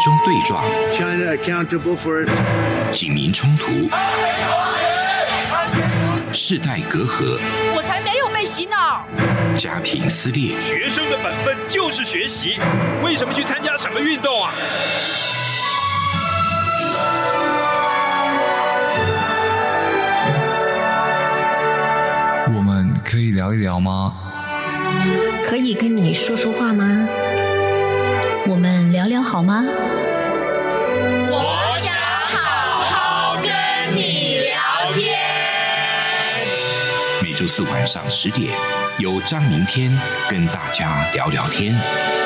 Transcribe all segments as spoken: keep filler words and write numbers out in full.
中对撞， China accountable for it. 警民冲突，世代隔阂， 我才没有被洗脑。 家庭撕裂。 学生的本分就是学习，为什么去参加什么运动啊？ 我们可以聊一聊吗？ 可以跟你说说话吗？ 我们聊聊好吗？ 我想好好跟你聊天。 每周四晚上十点，由张明天跟大家聊聊天。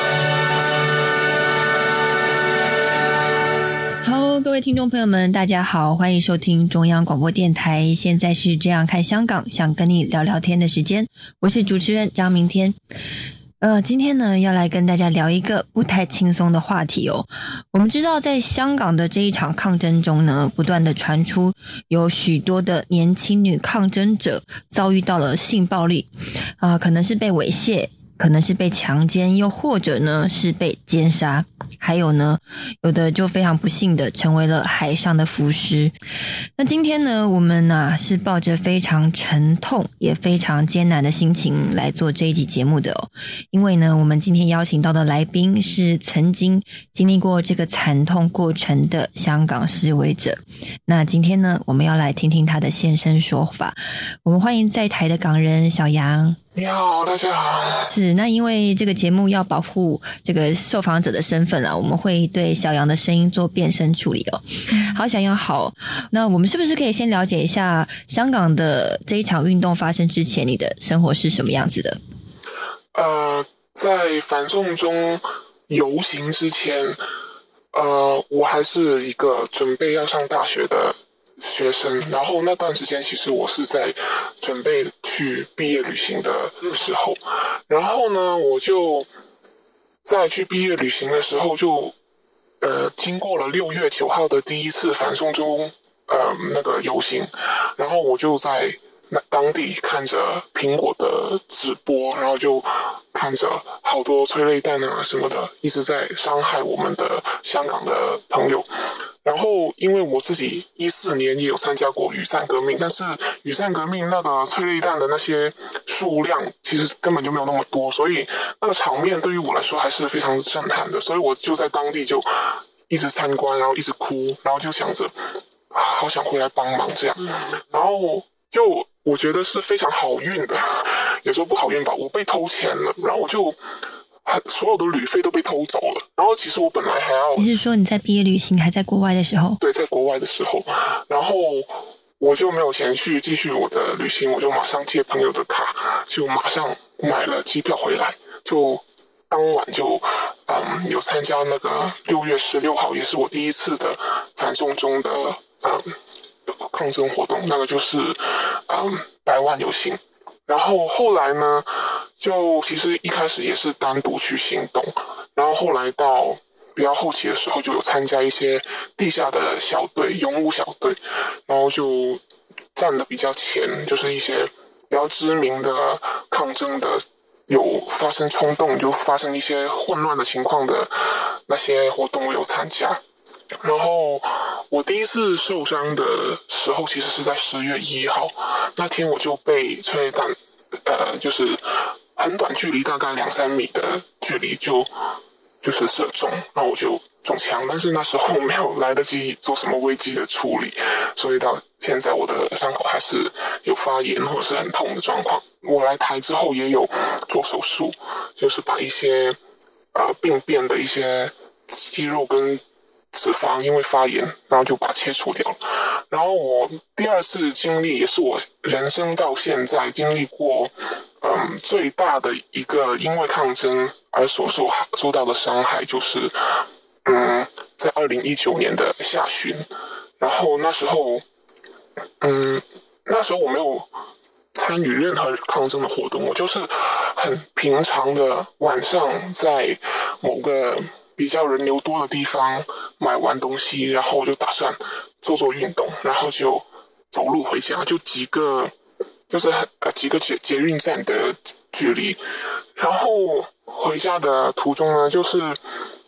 好，各位听众朋友们，大家好，欢迎收听中央广播电台。现在是这样看香港，想跟你聊聊天的时间，我是主持人张明天。呃，今天呢要来跟大家聊一个不太轻松的话题哦。我们知道在香港的这一场抗争中呢，不断的传出有许多的年轻女抗争者遭遇到了性暴力，啊、呃，可能是被猥亵，可能是被强奸，又或者呢是被奸杀，还有呢有的就非常不幸的成为了海上的浮尸。那今天呢我们啊是抱着非常沉痛也非常艰难的心情来做这一集节目的哦，因为呢我们今天邀请到的来宾是曾经经历过这个惨痛过程的香港示威者。那今天呢我们要来听听他的现身说法。我们欢迎在台的港人小杨。 你好，大家好。 是，那因为这个节目要保护这个受访者的身份啊，我们会对小杨的声音做变声处理哦。好，小杨好，那我们是不是可以先了解一下香港的这一场运动发生之前，你的生活是什么样子的？ 呃，在反送中游行之前，呃，我还是一个准备要上大学的学生，然后那段时间其实我是在准备去毕业旅行的时候，然后呢我就在去毕业旅行的时候就呃经过了六月九号的第一次反送中呃那个游行，然后我就在那当地看着苹果的直播，然后就看着好多催泪弹啊什么的一直在伤害我们的香港的朋友。然后因为我自己一四年也有参加过雨伞革命，但是雨伞革命那个催泪弹的那些数量其实根本就没有那么多，所以那个场面对于我来说还是非常震撼的，所以我就在当地就一直参观，然后一直哭，然后就想着啊，好想回来帮忙这样，然后就我觉得是非常好运的，有时候不好运吧，我被偷钱了，然后我就所有的旅费都被偷走了，然后其实我本来还要， 你是说你在毕业旅行还在国外的时候？ 对，在国外的时候，然后我就没有钱去继续我的旅行，我就马上借朋友的卡，就马上买了机票回来，就当晚就嗯有参加那个六月十六号，也是我第一次的反送中的嗯抗争活动，那个就是嗯百万游行。然后后来呢，就其实一开始也是单独去行动，然后后来到比较后期的时候，就有参加一些地下的小队、勇武小队，然后就站得比较前，就是一些比较知名的抗争的有发生冲动，就发生一些混乱的情况的那些活动，我有参加。然后我第一次受伤的时候其实是在十月一号，那天我就被催泪弹呃就是很短距离，大概两三米的距离就就是射中，然后我就中枪，但是那时候没有来得及做什么危机的处理，所以到现在我的伤口还是有发炎或者是很痛的状况。我来台之后也有做手术，就是把一些呃病变的一些肌肉跟脂肪因为发炎，然后就把它切除掉了。然后我第二次经历也是我人生到现在经历过嗯最大的一个因为抗争而所受受到的伤害，就是嗯在二零一九年的下旬，然后那时候嗯那时候我没有参与任何抗争的活动，我就是很平常的晚上在某个比较人流多的地方买完东西，然后我就打算做做运动，然后就走路回家，就几个就是呃几个捷捷运站的距离。然后回家的途中呢，就是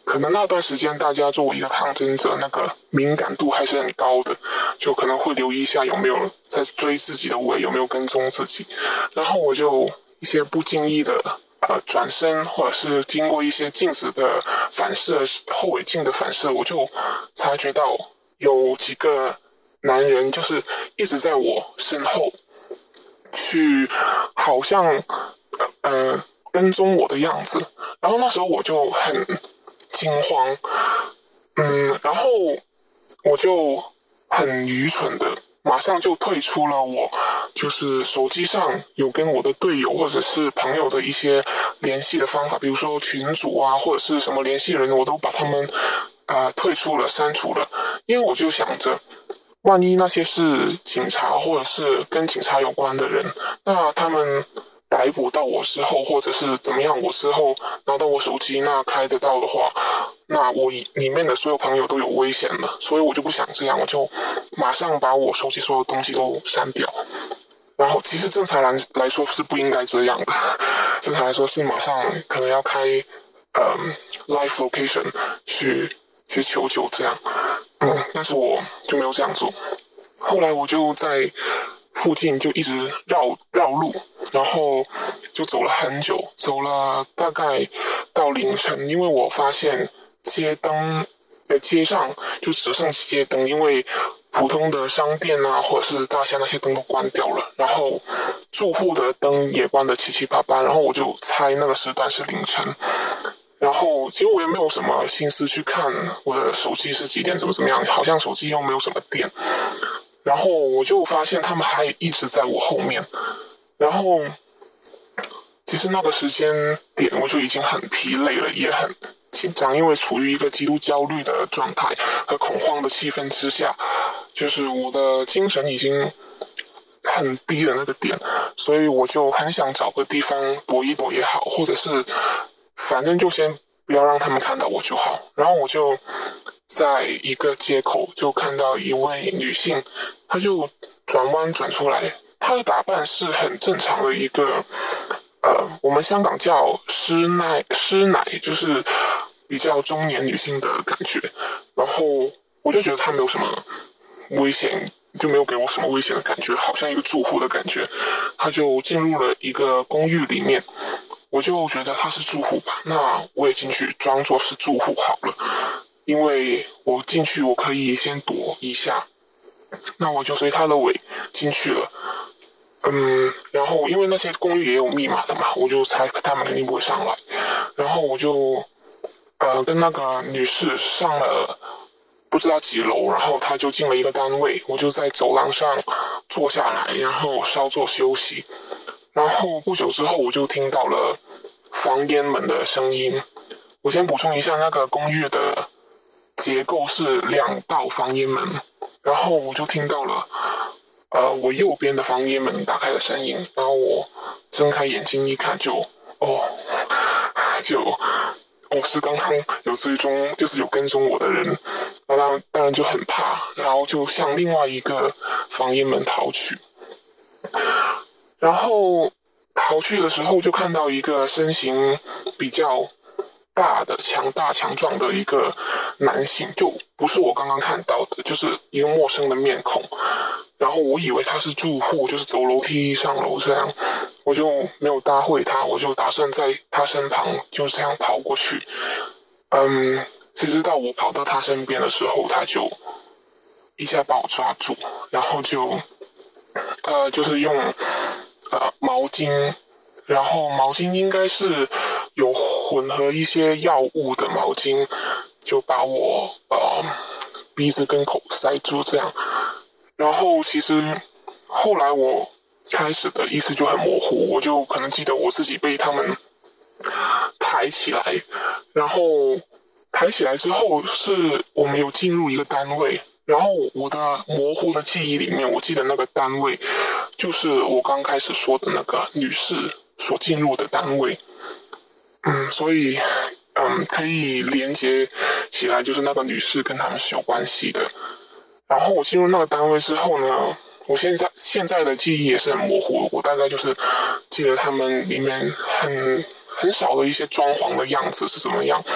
可能那段时间大家作为一个抗争者，那个敏感度还是很高的，就可能会留意一下有没有在追自己的尾，有没有跟踪自己。然后我就一些不经意的呃转身，或者是经过一些镜子的反射，后尾镜的反射，我就察觉到有几个男人就是一直在我身后去好像呃呃跟踪我的样子。然后那时候我就很惊慌，嗯，然后我就很愚蠢的马上就退出了我就是手机上有跟我的队友或者是朋友的一些联系的方法，比如说群组啊或者是什么联系人，我都把他们呃退出了，删除了。因为我就想着万一那些是警察或者是跟警察有关的人，那他们逮捕到我之后，或者是怎么样，我之后拿到我手机那开得到的话，那我里面的所有朋友都有危险了，所以我就不想这样，我就马上把我手机所有东西都删掉。然后其实正常来来说是不应该这样的，正常来说是马上可能要开呃 live location 去去求救这样，嗯，但是我就没有这样做。后来我就在附近就一直绕绕路，然后就走了很久，走了大概到凌晨，因为我发现街灯呃街上就只剩街灯，因为普通的商店啊或者是大厦那些灯都关掉了，然后住户的灯也关得七七八八，然后我就猜那个时段是凌晨。然后其实我也没有什么心思去看我的手机是几点怎么怎么样，好像手机又没有什么电。然后我就发现他们还一直在我后面，然后其实那个时间点我就已经很疲累了，也很紧张，因为处于一个极度焦虑的状态和恐慌的气氛之下，就是我的精神已经很低的那个点，所以我就很想找个地方躲一躲也好，或者是反正就先不要让他们看到我就好。然后我就在一个街口就看到一位女性，她就转弯转出来，她的打扮是很正常的一个呃，我们香港叫师奶，师奶就是比较中年女性的感觉。然后我就觉得她没有什么危险，就没有给我什么危险的感觉，好像一个住户的感觉。她就进入了一个公寓里面，我就觉得她是住户吧，那我也进去装作是住户好了。因为我进去我可以先躲一下，那我就随他的尾进去了。嗯，然后因为那些公寓也有密码的嘛，我就猜他们肯定不会上来。然后我就呃跟那个女士上了不知道几楼，然后她就进了一个单位，我就在走廊上坐下来，然后稍作休息。然后不久之后我就听到了防烟门的声音。我先补充一下，那个公寓的结构是两道防烟门，然后我就听到了呃我右边的防烟门打开的声音，然后我睁开眼睛一看就哦就哦是刚刚有追踪，就是有跟踪我的人，然后当然就很怕，然后就向另外一个防烟门逃去。然后逃去的时候就看到一个身形比较大的强大强壮的一个男性，就不是我刚刚看到的，就是一个陌生的面孔。然后我以为他是住户，就是走楼梯上楼这样，我就没有搭会他，我就打算在他身旁就这样跑过去。嗯，谁知道我跑到他身边的时候，他就一下把我抓住，然后就呃就是用呃毛巾，然后毛巾应该是有混合一些药物的毛巾，就把我呃鼻子跟口塞住这样。然后其实后来我开始的意思就很模糊，我就可能记得我自己被他们抬起来，然后抬起来之后是我们有进入一个单位，然后我的模糊的记忆里面，我记得那个单位就是我刚开始说的那个女士所进入的单位。嗯，所以嗯可以连接起来，就是那个女士跟他们是有关系的。然后我进入那个单位之后呢，我现在现在的记忆也是很模糊，我大概就是记得他们里面很很少的一些装潢的样子是怎么样，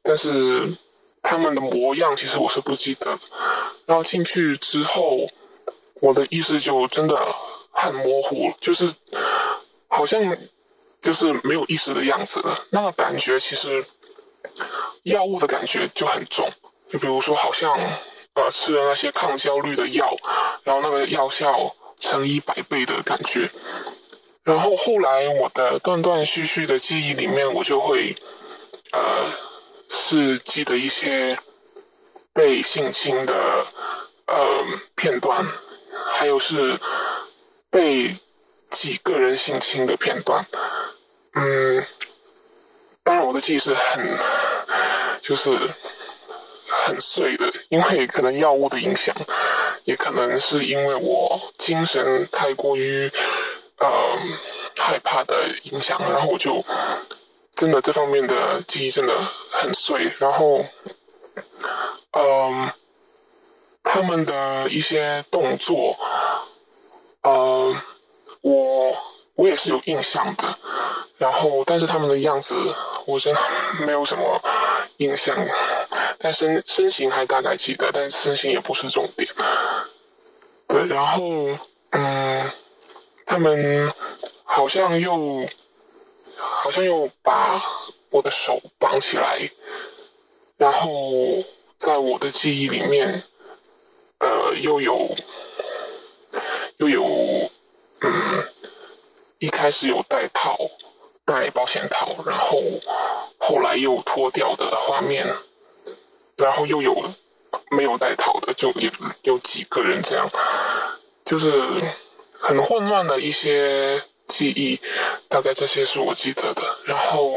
但是他们的模样其实我是不记得的。然后进去之后，我的意识就真的很模糊，就是好像就是没有意识的样子了。那个感觉其实药物的感觉就很重，就比如说好像呃吃了那些抗焦虑的药，然后那个药效乘以百倍的感觉。然后后来我的断断续续的记忆里面，我就会呃是记得一些被性侵的呃片段，还有是被几个人性侵的片段。嗯，当然我的记忆是很就是很碎的，因为可能药物的影响，也可能是因为我精神太过于呃害怕的影响，然后我就真的这方面的记忆真的很碎。然后嗯，他们的一些动作呃我我也是有印象的，然后但是他们的样子我真的没有什么印象，但身身形还大概记得，但是身形也不是重点。对，然后嗯，他们好像又好像又把我的手绑起来，然后在我的记忆里面，呃，又有又有嗯，一开始有戴套，戴保险套，然后后来又脱掉的画面，然后又有没有戴套的，就有有几个人这样，就是很混乱的一些记忆，大概这些是我记得的。然后，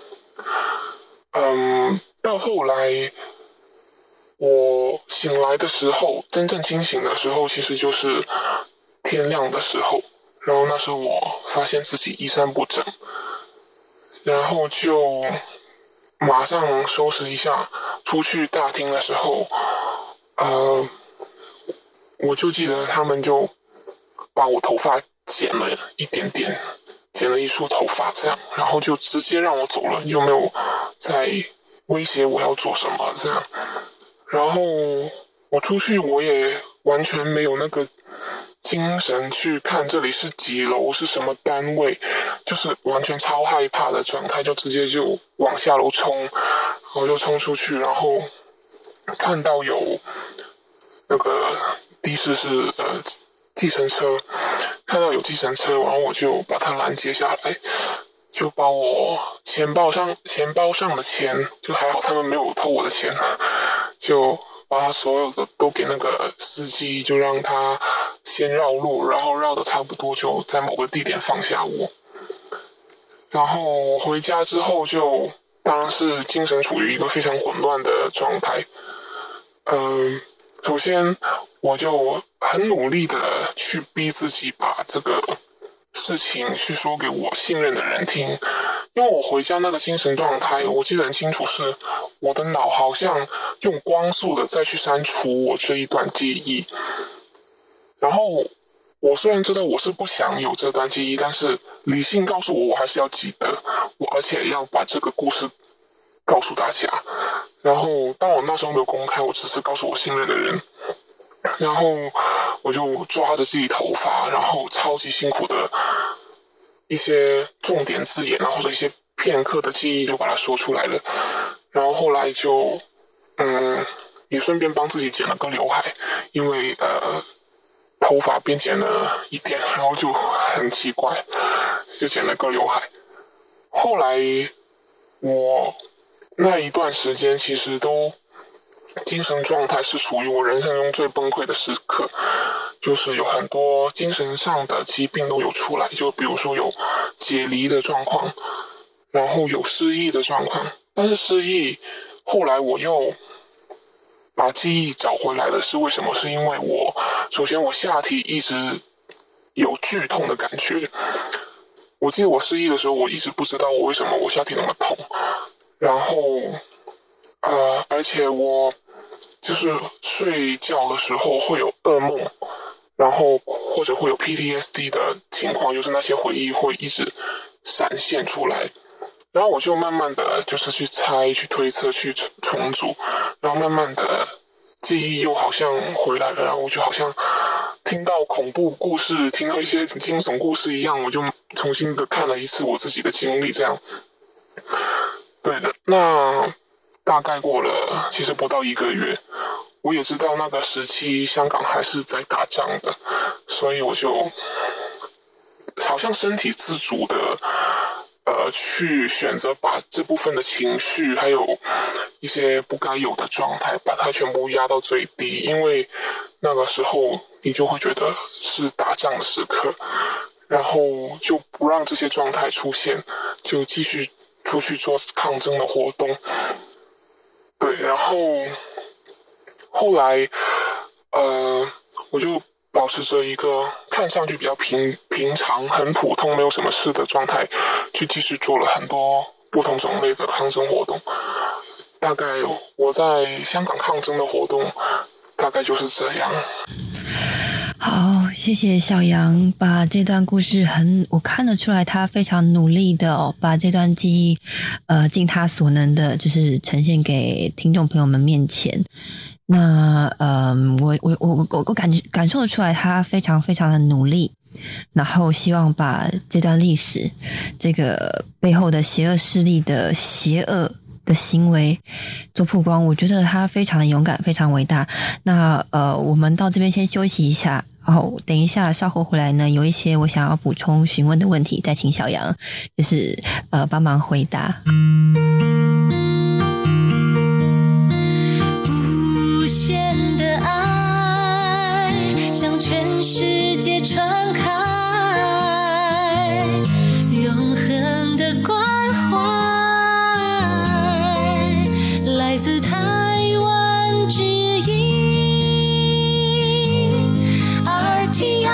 嗯，到后来我醒来的时候，真正清醒的时候，其实就是天亮的时候。然后那时候我发现自己衣衫不整，然后就马上收拾一下，出去大厅的时候，呃，我就记得他们就把我头发剪了一点点，剪了一束头发这样，然后就直接让我走了，又没有再威胁我要做什么这样。然后我出去，我也完全没有那个精神去看这里是几楼，是什么单位，就是完全超害怕的状态，就直接就往下楼冲，然后就冲出去，然后看到有那个的士是呃计程车，看到有计程车，然后我就把它拦截下来，就把我钱包上钱包上的钱，就还好他们没有偷我的钱，就把他所有的都给那个司机，就让他先绕路，然后绕的差不多就在某个地点放下我。然后回家之后就当然是精神处于一个非常混乱的状态。嗯、呃，首先我就很努力的去逼自己把这个事情去说给我信任的人听，因为我回家那个精神状态，我记得很清楚，是我的脑好像用光速的再去删除我这一段记忆。然后我虽然知道我是不想有这段记忆，但是理性告诉我我还是要记得，我而且要把这个故事告诉大家。然后当我那时候没有公开，我只是告诉我信任的人。然后我就抓着自己头发，然后超级辛苦的一些重点字眼啊，或者一些片刻的记忆就把它说出来了。然后后来就嗯，也顺便帮自己剪了个刘海，因为呃头发变剪了一点，然后就很奇怪，就剪了个刘海。后来我那一段时间其实都精神状态是属于我人生中最崩溃的时刻，就是有很多精神上的疾病都有出来，就比如说有解离的状况，然后有失忆的状况。但是失忆后来我又把记忆找回来了，是为什么？是因为我首先我下体一直有剧痛的感觉。我记得我失忆的时候，我一直不知道我为什么我下体那么痛，然后呃，而且我就是睡觉的时候会有噩梦，然后或者会有 P T S D 的情况，就是那些回忆会一直闪现出来。 然后我就慢慢的就是去猜、去推测、去重组，然后慢慢的记忆又好像回来了，然后我就好像听到恐怖故事、听到一些惊悚故事一样，我就重新的看了一次我自己的经历，这样。对的，那大概过了其实不到一个月，我也知道那个时期香港还是在打仗的，所以我就好像身体自主的呃去选择把这部分的情绪还有一些不该有的状态把它全部压到最低，因为那个时候你就会觉得是打仗的时刻，然后就不让这些状态出现，就继续出去做抗争的活动。对，然后后来呃我就保持着一个看上去比较平平常很普通没有什么事的状态，去继续做了很多不同种类的抗争活动。大概我在香港抗争的活动大概就是这样。 好，谢谢小杨把这段故事很，我看得出来他非常努力的哦，把这段记忆呃尽他所能的就是呈现给听众朋友们面前。那呃我我我我我感觉感受得出来他非常非常的努力，然后希望把这段历史这个背后的邪恶势力的邪恶的行为做曝光，我觉得他非常的勇敢，非常伟大。那呃我们到这边先休息一下，然后等一下稍后回来呢，有一些我想要补充询问的问题，再请小杨就是呃帮忙回答。 无限的爱向全世界传开，永恒的关怀来自台湾之音 R T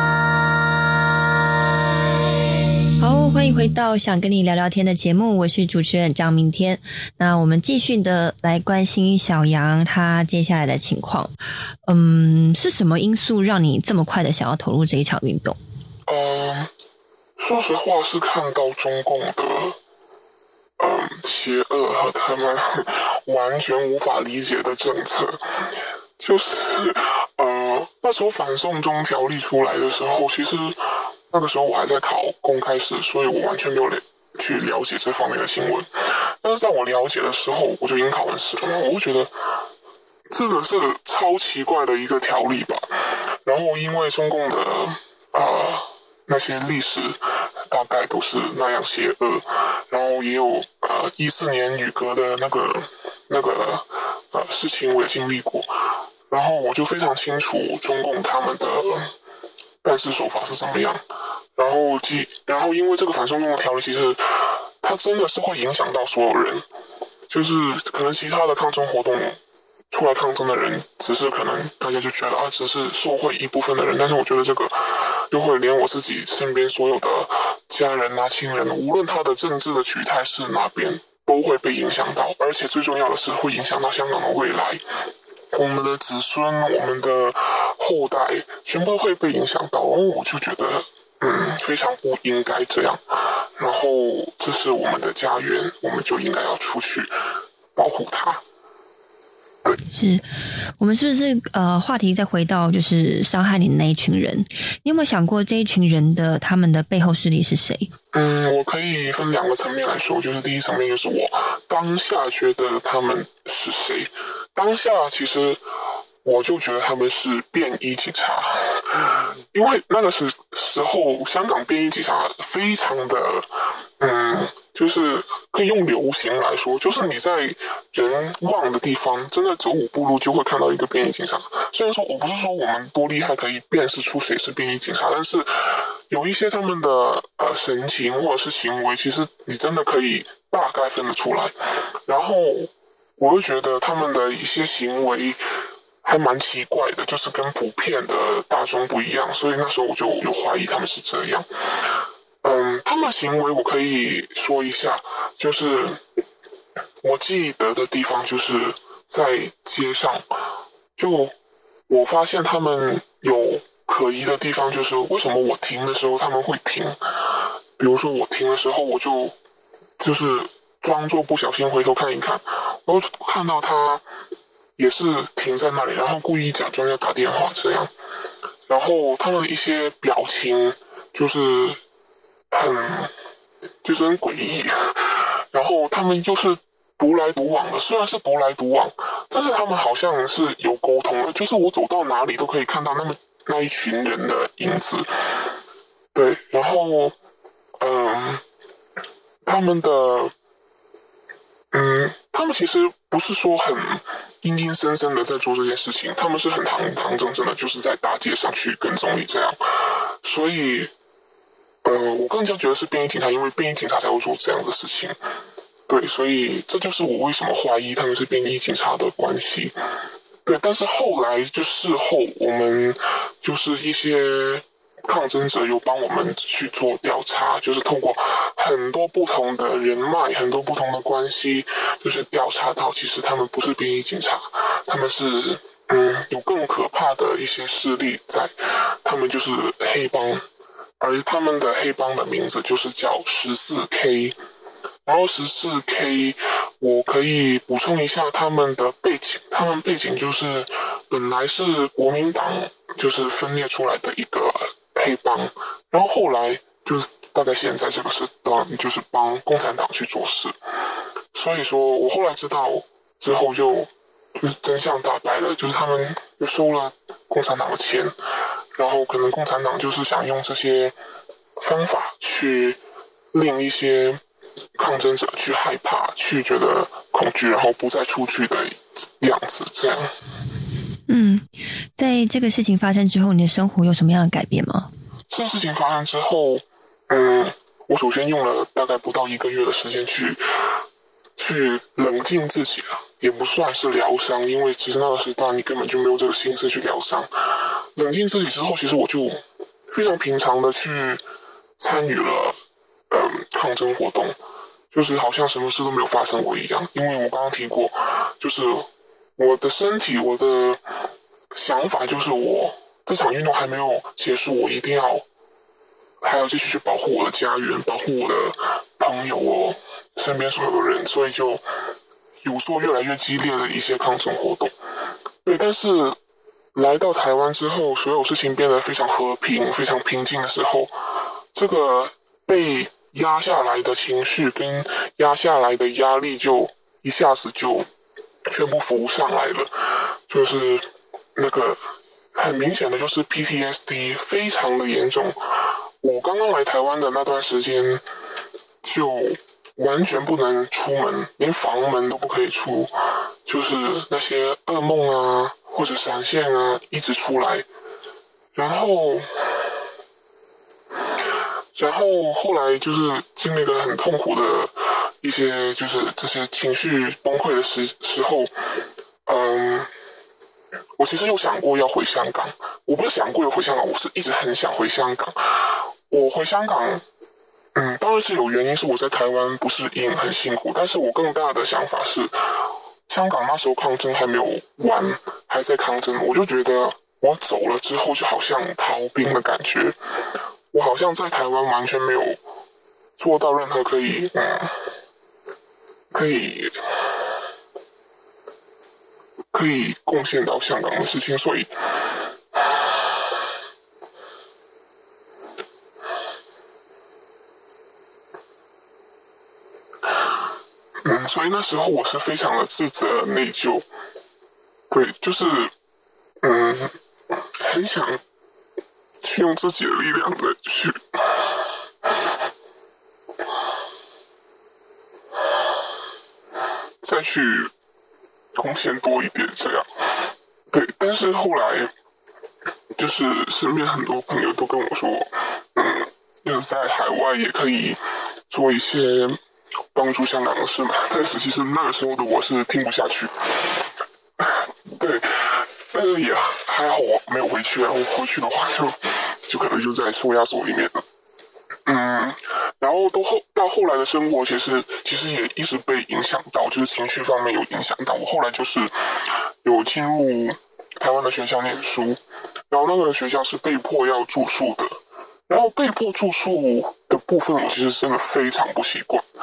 I。 好，欢迎回到想跟你聊聊天的节目，我是主持人张明天。那我们继续的来关心小杨他接下来的情况。嗯，是什么因素让你这么快的想要投入这一场运动？ 嗯，说实话是看到中共的嗯邪恶和他们完全无法理解的政策。就是呃那时候反送中条例出来的时候，其实那个时候我还在考公开试，所以我完全没有去了解这方面的新闻。但是在我了解的时候，我就已经考完试了，我就觉得这个是超奇怪的一个条例吧。然后因为中共的呃那些历史大概都是那样邪恶，然后也有呃一四年雨革的那个那个呃事情我也经历过，然后我就非常清楚中共他们的办事手法是怎么样。然后即然后因为这个反送中的条例，其实它真的是会影响到所有人，就是可能其他的抗争活动出来抗争的人，只是可能大家就觉得啊，只是受惠一部分的人，但是我觉得这个就会连我自己身边所有的家人啊、亲人，无论他的政治的取态是哪边，都会被影响到，而且最重要的是会影响到香港的未来，我们的子孙、我们的后代全部会被影响到。然后我就觉得嗯，非常不应该这样，然后这是我们的家园，我们就应该要出去保护它。对， 是我们是不是呃话题再回到就是伤害你的那一群人，你有没有想过这一群人的他们的背后势力是谁？ 嗯，我可以分两个层面来说，就是第一层面就是我当下觉得他们是谁，当下其实我就觉得他们是便衣警察，因为那个时时候香港便衣警察非常的嗯就是可以用流行来说，就是你在人旺的地方真的走五步路就会看到一个便衣警察。虽然说我不是说我们多厉害可以辨识出谁是便衣警察，但是有一些他们的呃神情或者是行为，其实你真的可以大概分得出来。然后我会觉得他们的一些行为还蛮奇怪的，就是跟普遍的大众不一样，所以那时候我就有怀疑他们是这样。嗯，他们的行为我可以说一下，就是我记得的地方就是在街上，就我发现他们有可疑的地方，就是为什么我停的时候他们会停，比如说我停的时候我就就是装作不小心回头看一看，然后看到他也是停在那里，然后故意假装要打电话这样，然后他们的一些表情就是很就是很诡异，然后他们又是独来独往的，虽然是独来独往，但是他们好像是有沟通的，就是我走到哪里都可以看到那么那一群人的影子。对，然后嗯，他们的嗯，他们其实不是说很阴阴森森的在做这件事情，他们是很堂堂正正的，就是在大街上去跟踪你这样。所以呃，我更加觉得是便衣警察，因为便衣警察才会做这样的事情。对，所以这就是我为什么怀疑他们是便衣警察的关系。对，但是后来就事后，我们就是一些抗争者有帮我们去做调查，就是透过很多不同的人脉、很多不同的关系，就是调查到其实他们不是便衣警察，他们是嗯有更可怕的一些势力在，他们就是黑帮，而他们的黑帮的名字就是叫十四 K。然后十四 K， 我可以补充一下他们的背景。他们背景就是本来是国民党就是分裂出来的一个黑帮，然后后来就是大概现在这个时段就是帮共产党去做事。所以说我后来知道之后就就是真相大白了，就是他们就收了共产党的钱，然后可能共产党就是想用这些方法去令一些抗争者去害怕，去觉得恐惧，然后不再出去的样子，这样。 嗯，在这个事情发生之后，你的生活有什么样的改变吗？ 这个事情发生之后，嗯，我首先用了大概不到一个月的时间去去冷静自己了，也不算是疗伤，因为其实那个时段你根本就没有这个心思去疗伤。冷静自己之后，其实我就非常平常的去参与了嗯抗争活动，就是好像什么事都没有发生过一样。因为我刚刚提过，就是我的身体，我的想法就是我这场运动还没有结束，我一定要还要继续去保护我的家园，保护我的朋友，我身边所有的人，所以就有做越来越激烈的一些抗争活动。对，但是来到台湾之后，所有事情变得非常和平、非常平静的时候，这个被压下来的情绪跟压下来的压力就一下子就全部浮上来了，就是那个很明显的就是 P T S D 非常的严重。我刚刚来台湾的那段时间就完全不能出门，连房门都不可以出，就是那些噩梦啊或者闪现啊一直出来，然后然后后来就是经历了很痛苦的一些就是这些情绪崩溃的时时候，嗯，我其实有想过要回香港，我不是想过要回香港，我是一直很想回香港。我回香港，嗯，当然是有原因，是我在台湾不适应，很辛苦。但是我更大的想法是，香港那时候抗争还没有完，还在抗争，我就觉得我走了之后就好像逃兵的感觉，我好像在台湾完全没有做到任何可以，嗯，可以可以贡献到香港的事情，所以。嗯，所以那时候我是非常的自责、内疚，对，就是，嗯，很想去用自己的力量的去，再去贡献多一点，这样，对，但是后来，就是身边很多朋友都跟我说，嗯，就是在海外也可以做一些帮助香港的事嘛，但是其实那个时候的我是听不下去，对，但是也还好我没有回去啊，我回去的话就就可能就在收押所里面了，嗯，然后都后到后来的生活，其实其实也一直被影响到，就是情绪方面有影响到。我后来就是有进入台湾的学校念书，然后那个学校是被迫要住宿的，然后被迫住宿的部分我其实真的非常不习惯。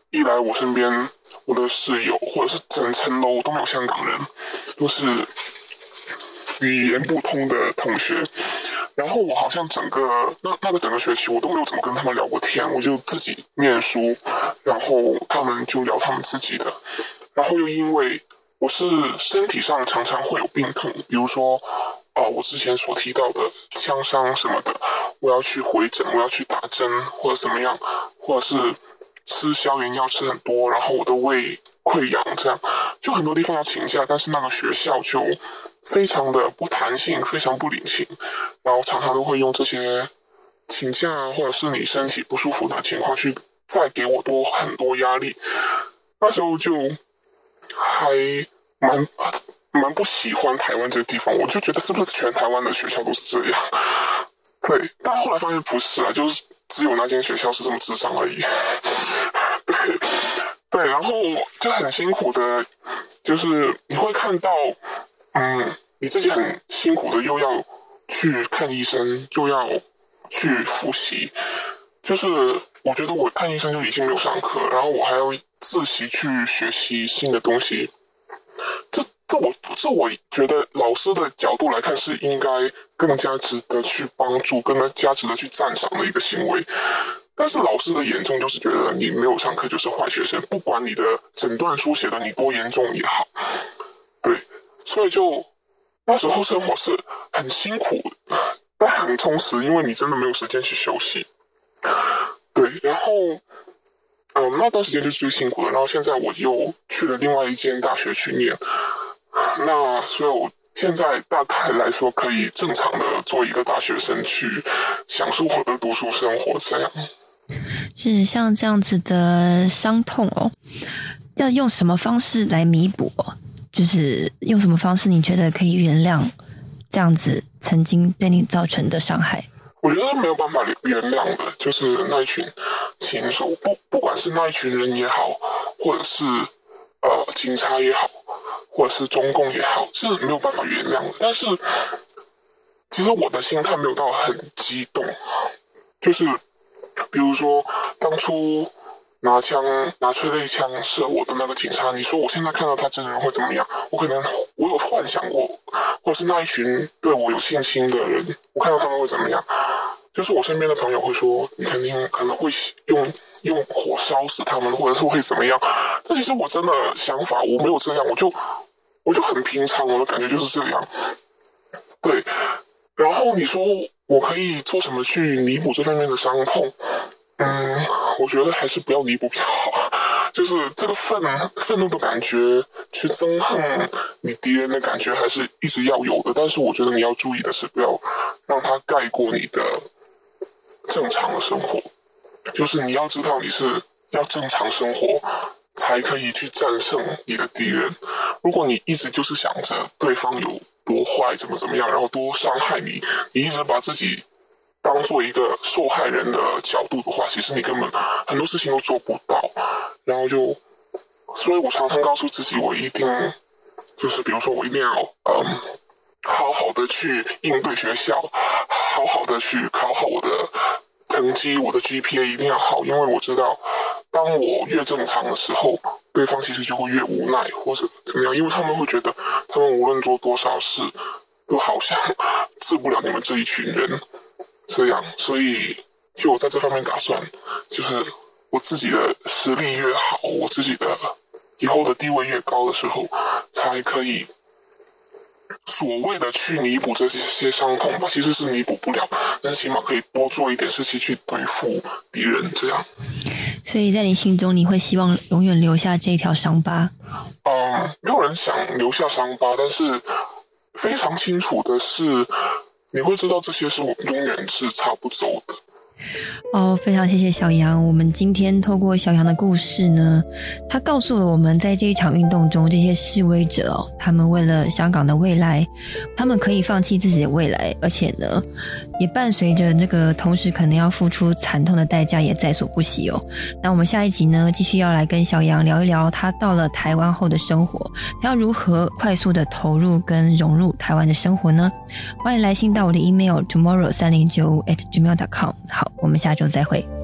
一来我身边我的室友或者是整层楼都没有香港人，都是语言不通的同学。然后我好像整个那那个整个学期我都没有怎么跟他们聊过天，我就自己念书，然后他们就聊他们自己的。然后又因为我是身体上常常会有病痛，比如说啊、呃，我之前所提到的枪伤什么的，我要去回诊，我要去打针或者怎么样，或者是吃消炎药吃很多，然后我的胃溃疡，这样就很多地方要请假，但是那个学校就非常的不弹性，非常不领情，然后常常都会用这些请假或者是你身体不舒服的情况去再给我多很多压力。那时候就还蛮蛮不喜欢台湾这个地方，我就觉得是不是全台湾的学校都是这样？对，但后来发现不是啊，就是只有那间学校是这么智障而已。对对，然后就很辛苦的，就是你会看到，嗯，你自己很辛苦的又要去看医生，又要去复习，就是我觉得我看医生就已经没有上课，然后我还要自习去学习新的东西。这这我这我觉得老师的角度来看是应该更加值得去帮助，更加值得去赞赏的一个行为。但是老师的眼中就是觉得你没有上课就是坏学生，不管你的诊断书写的你多严重也好，对，所以就那时候生活是很辛苦，但很充实，因为你真的没有时间去休息。对，然后嗯，那段时间就是最辛苦的，然后现在我又去了另外一间大学去念，那所以我现在大概来说可以正常的做一个大学生去享受我的读书生活，这样。 是像这样子的伤痛哦，要用什么方式来弥补哦？就是用什么方式你觉得可以原谅这样子曾经对你造成的伤害？ 我觉得没有办法原谅的，就是那一群禽兽，不不管是那一群人也好，或者是呃警察也好，或者是中共也好，是没有办法原谅的。但是其实我的心态没有到很激动，就是比如说当初拿枪拿催泪枪射我的那个警察，你说我现在看到他真人会怎么样？我可能我有幻想过，或者是那一群对我有信心的人，我看到他们会怎么样？就是我身边的朋友会说，你肯定可能会用用火烧死他们，或者是会怎么样？但其实我真的想法我没有这样，我就我就很平常，我的感觉就是这样。对，然后你说我可以做什么去弥补这方面的伤痛？嗯，我觉得还是不要弥补比较好。就是这个愤愤怒的感觉，去憎恨你敌人的感觉，还是一直要有的。但是我觉得你要注意的是，不要让它盖过你的正常的生活。就是你要知道，你是要正常生活，才可以去战胜你的敌人。如果你一直就是想着对方有多坏，怎么怎么样，然后多伤害你，你一直把自己当做一个受害人的角度的话，其实你根本很多事情都做不到。然后就，所以我常常告诉自己，我一定就是比如说我一定要嗯，好好的去应对学校，好好的去考好我的成绩，我的 G P A 一定要好，因为我知道当我越正常的时候，对方其实就会越无奈或者怎么样，因为他们会觉得他们无论做多少事都好像治不了你们这一群人这样。所以就我在这方面打算，就是我自己的实力越好，我自己的以后的地位越高的时候，才可以所谓的去弥补这些伤痛吧。其实是弥补不了，但是起码可以多做一点事情去对付敌人这样。 所以在你心中，你会希望永远留下这一条伤疤？ 嗯，没有人想留下伤疤，但是非常清楚的是，你会知道这些是我永远是擦不走的。 哦，非常谢谢小杨。我们今天透过小杨的故事呢，他告诉了我们在这一场运动中，这些示威者哦，他们为了香港的未来，他们可以放弃自己的未来，而且呢也伴随着这个同时可能要付出惨痛的代价也在所不惜哦。那我们下一集呢，继续要来跟小杨聊一聊他到了台湾后的生活，他要如何快速的投入跟融入台湾的生活呢？欢迎来信到我的 email tomorrow 三零九五 at gmail dot com。 好，我们下周再会。